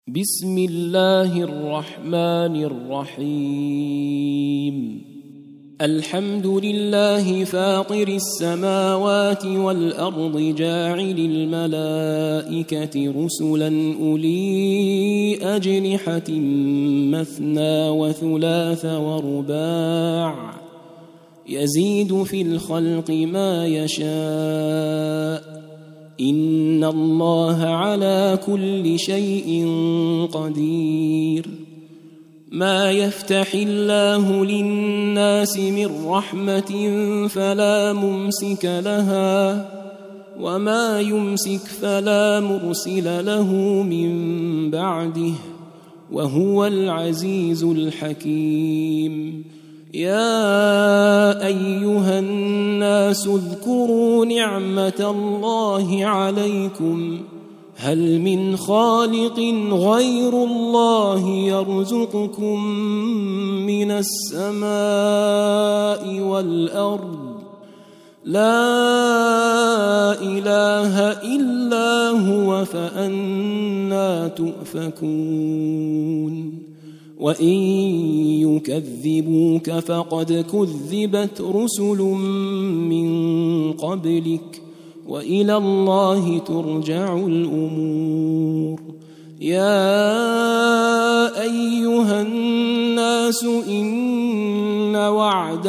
بسم الله الرحمن الرحيم. الحمد لله فاطر السماوات والأرض جاعل الملائكة رسلا أولي أجنحة مثنى وثلاث ورباع يزيد في الخلق ما يشاء إن الله على كل شيء قدير. ما يفتح الله للناس من رحمة فلا ممسك لها وما يمسك فلا مرسل له من بعده وهو العزيز الحكيم. يا أيها الناس اذكروا نعمة الله عليكم هل من خالق غير الله يرزقكم من السماء والأرض لا إله إلا هو فأنى تؤفكون. وإن يكذبوك فقد كذبت رسل من قبلك وإلى الله ترجع الأمور. يا أيها الناس إن وعد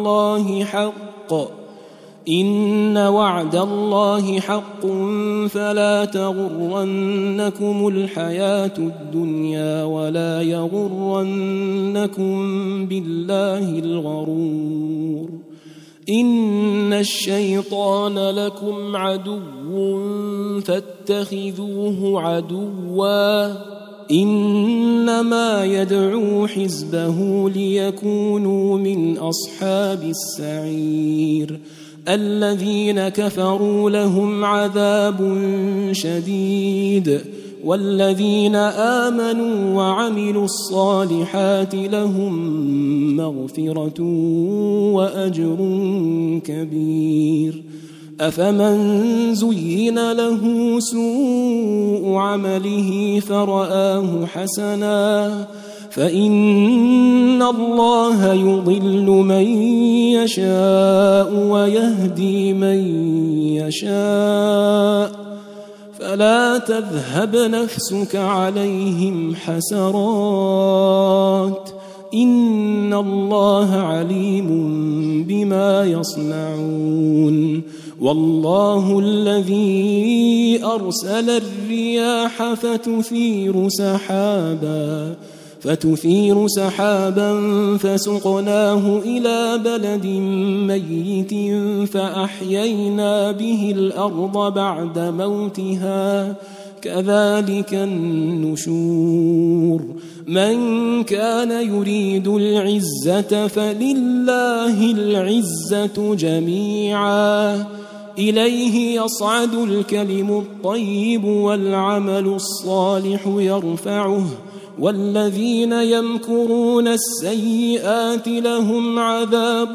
الله حق فلا تغرنكم الحياة الدنيا ولا يغرنكم بالله الغرور. إن الشيطان لكم عدو فاتخذوه عدوا إنما يدعو حزبه ليكونوا من أصحاب السعير. الذين كفروا لهم عذاب شديد والذين آمنوا وعملوا الصالحات لهم مغفرة وأجر كبير. أفمن زين له سوء عمله فرآه حسنا فإن الله يضل من يشاء ويهدي من يشاء فلا تذهب نفسك عليهم حسرات إن الله عليم بما يصنعون. والله الذي أرسل الرياح فتثير سحابا فسقناه إلى بلد ميت فأحيينا به الأرض بعد موتها كذلك النشور. من كان يريد العزة فلله العزة جميعا إليه يصعد الكلم الطيب والعمل الصالح يرفعه والذين يمكرون السيئات لهم عذاب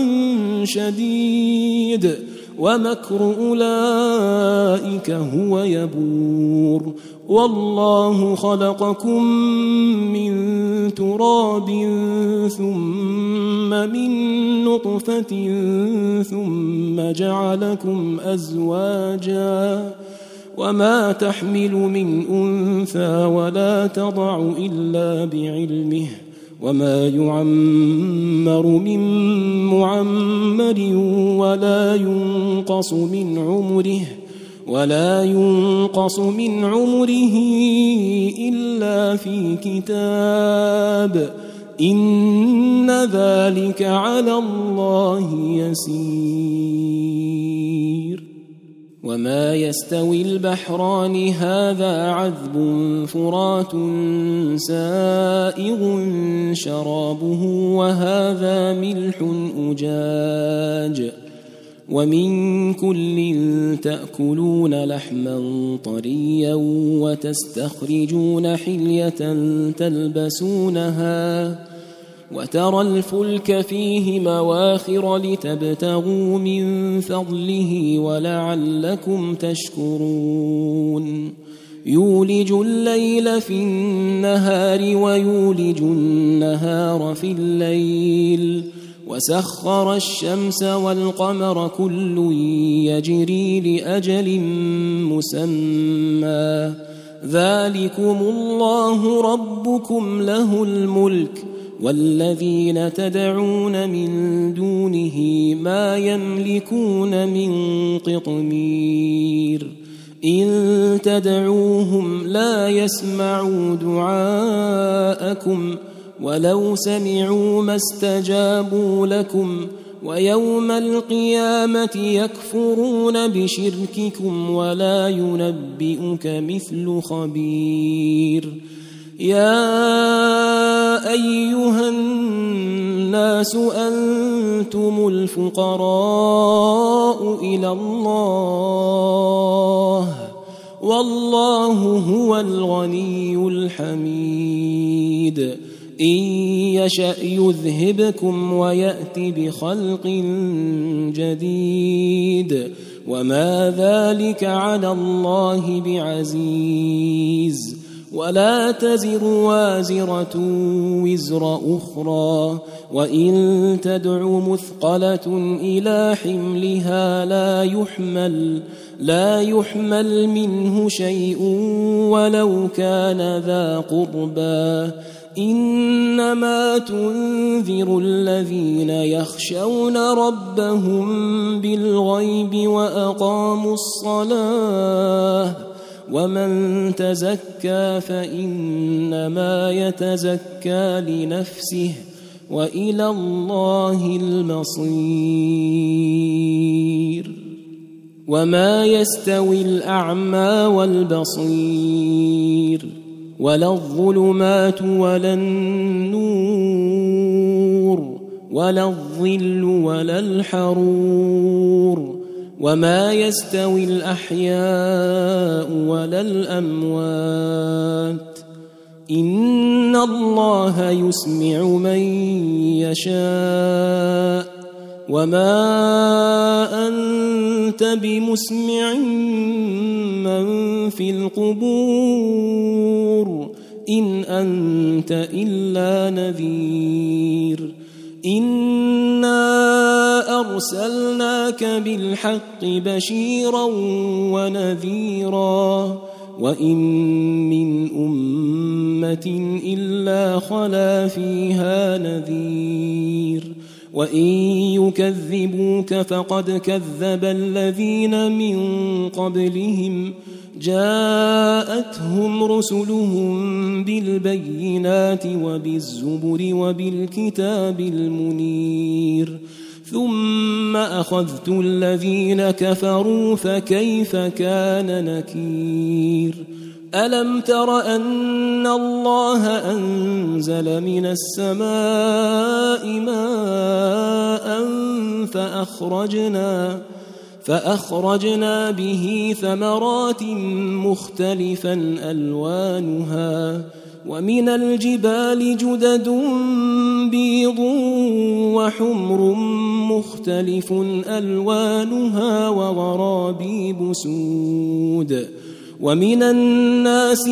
شديد ومكر أولئك هو يبور. والله خلقكم من تراب ثم من نطفة ثم جعلكم أزواجا وما تحمل من أنثى ولا تضع إلا بعلمه وما يعمر من معمر ولا ينقص من عمره إلا في كتاب إن ذلك على الله يسير. وما يستوي البحران هذا عذب فرات سائغ شرابه وهذا ملح أجاج ومن كل تأكلون لحما طريا وتستخرجون حلية تلبسونها وترى الفلك فيه مواخر لتبتغوا من فضله ولعلكم تشكرون. يولج الليل في النهار ويولج النهار في الليل وسخر الشمس والقمر كل يجري لأجل مسمى ذلكم الله ربكم له الملك والذين تدعون من دونه ما يملكون من قطمير إن تدعوهم لا يسمعوا دعاءكم ولو سمعوا ما استجابوا لكم ويوم القيامة يكفرون بشرككم ولا ينبئك مثل خبير يا أيها الناس أنتم الفقراء إلى الله والله هو الغني الحميد إن يشأ يذهبكم ويأت بخلق جديد وما ذلك على الله بعزيز ولا تزر وازرة وزر أخرى وإن تدع مثقلة إلى حملها لا يحمل منه شيء ولو كان ذا قربى إنما تنذر الذين يخشون ربهم بالغيب وأقاموا الصلاة ومن تزكى فإنما يتزكى لنفسه وإلى الله المصير وما يستوي الأعمى والبصير ولا الظلمات ولا النور ولا الظل ولا الحرور وما يستوي الأحياء ولا الأموات إن الله يسمع من يشاء وما أنت بمسمع من في القبور إن أنت إلا نذير إنا أرسلناك بالحق بشيرا ونذيرا وإن من أمة إلا خلا فيها نذير وإن يكذبوك فقد كذب الذين من قبلهم جاءتهم رسلهم بالبينات وبالزبر وبالكتاب المنير ثم أخذت الذين كفروا فكيف كان نكير ألم تر أن الله أنزل من السماء ماء فأخرجنا به ثمرات مختلفا ألوانها ومن الجبال جدد بيض وحمر مختلف ألوانها وغرابيب سود ومن الناس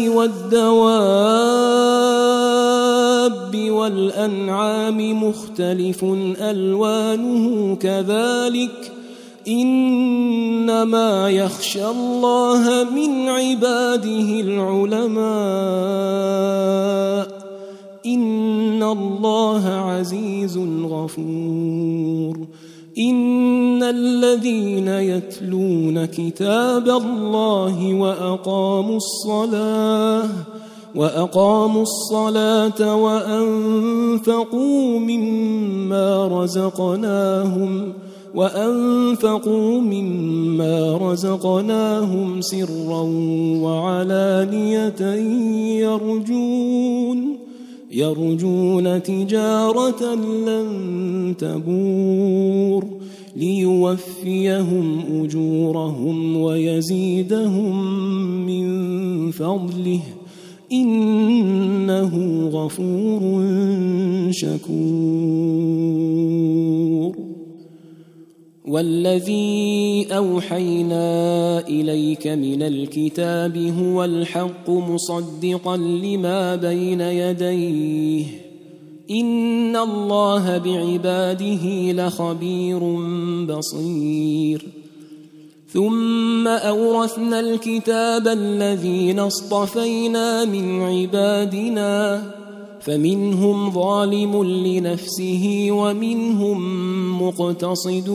والدواب والأنعام مختلف ألوانه كذلك إنما يخشى الله من عباده العلماء إن الله عزيز غفور إن الذين يتلون كتاب الله وأقاموا الصلاة وأنفقوا مما رزقناهم سرا وعلانية يرجون تجارة لن تبور ليوفيهم أجورهم ويزيدهم من فضله إنه غفور شكور والذي أوحينا إليك من الكتاب هو الحق مصدقا لما بين يديه إن الله بعباده لخبير بصير ثم أورثنا الكتاب الذين اصطفينا من عبادنا فمنهم ظالم لنفسه ومنهم مقتصد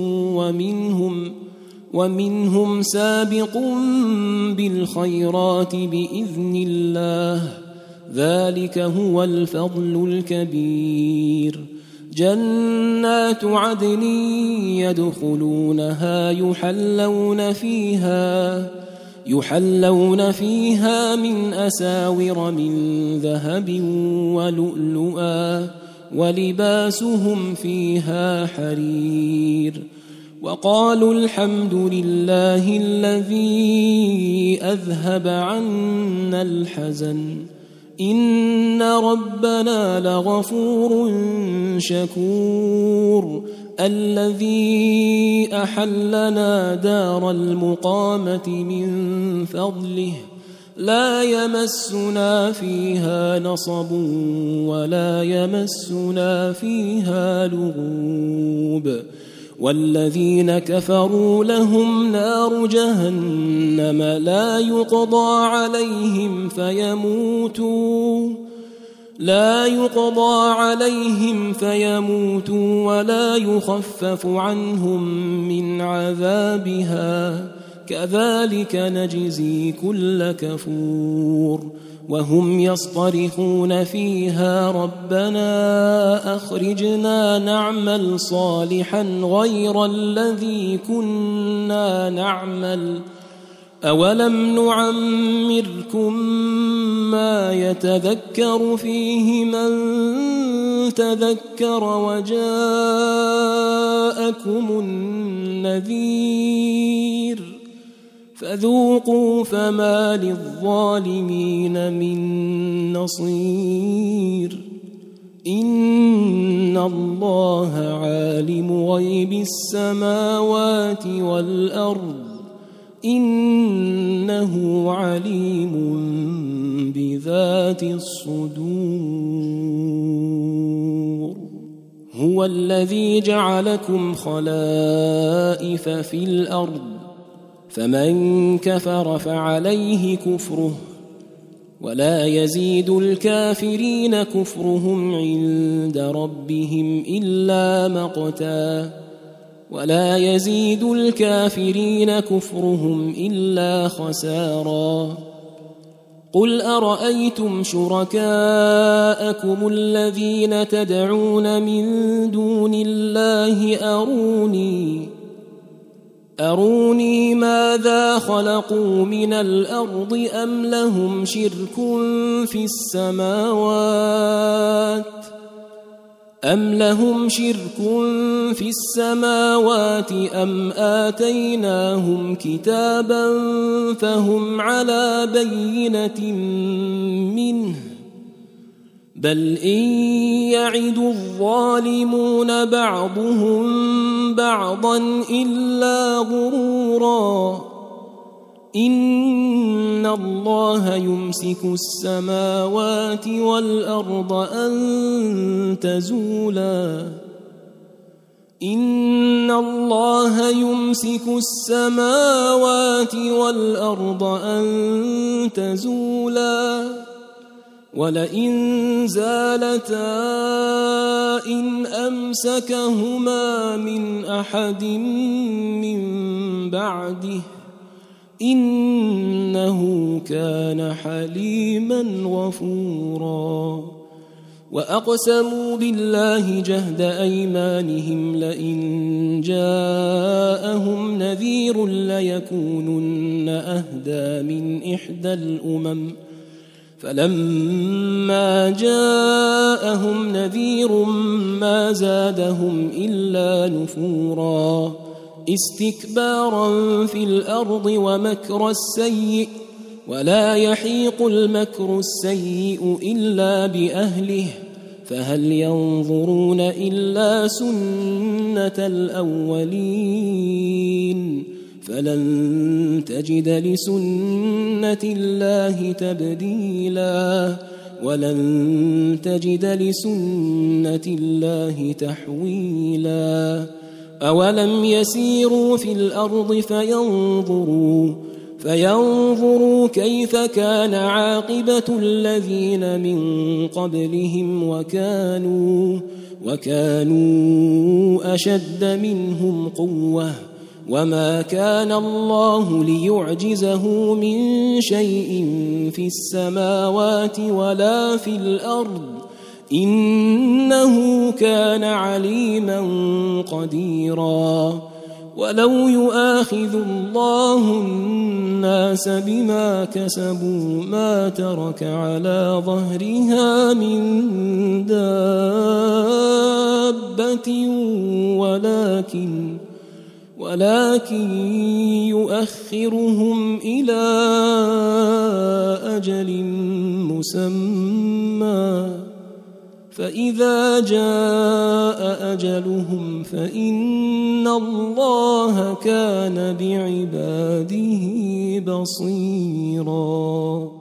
ومنهم سابق بالخيرات بإذن الله ذلك هو الفضل الكبير جنات عدن يدخلونها يحلون فيها من أساور من ذهب ولؤلؤا ولباسهم فيها حرير وقالوا الحمد لله الذي أذهب عنا الحزن إن ربنا لغفور شكور الذي أحلنا دار المقامة من فضله لا يمسنا فيها نصب ولا يمسنا فيها لغوب والذين كفروا لهم نار جهنم لا يقضى عليهم فيموتوا ولا يخفف عنهم من عذابها كذلك نجزي كل كفور وهم يصطرخون فيها ربنا أخرجنا نعمل صالحا غير الذي كنا نعمل أولم نعمركم ما يتذكر فيه من تذكر وجاءكم النذير فذوقوا فما للظالمين من نصير إن الله عالم غيب السماوات والأرض إنه عليم بذات الصدور هو الذي جعلكم خلائف في الأرض فمن كفر فعليه كفره ولا يزيد الكافرين كفرهم عند ربهم إلا مقتا ولا يزيد الكافرين كفرهم إلا خسارا قل أرأيتم شركاءكم الذين تدعون من دون الله أروني ماذا خلقوا من الأرض أم لهم شرك في السماوات أم آتيناهم كتابا فهم على بينة منه بل إن يعد الظالمون بعضهم بعضا إلا غرورا إن الله يمسك السماوات والأرض أن تزولا ولئن زالتا إن أمسكهما من أحد من بعده إنه كان حليما غفورا وأقسموا بالله جهد أيمانهم لئن جاءهم نذير ليكونن أهدى من إحدى الأمم فلما جاءهم نذير ما زادهم إلا نفورا استكبارا في الأرض ومكر السيء ولا يحيق المكر السيء إلا بأهله فهل ينظرون إلا سنة الأولين فلن تجد لسنة الله تبديلا ولن تجد لسنة الله تحويلا أولم يسيروا في الأرض فينظروا كيف كان عاقبة الذين من قبلهم وكانوا أشد منهم قوة وما كان الله ليعجزه من شيء في السماوات ولا في الأرض إنه كان عليما قديرا ولو يؤاخذ الله الناس بما كسبوا ما ترك على ظهرها من دابة ولكن يؤخرهم إلى أجل مسمى فإذا جاء أجلهم فإن الله كان بعباده بصيراً.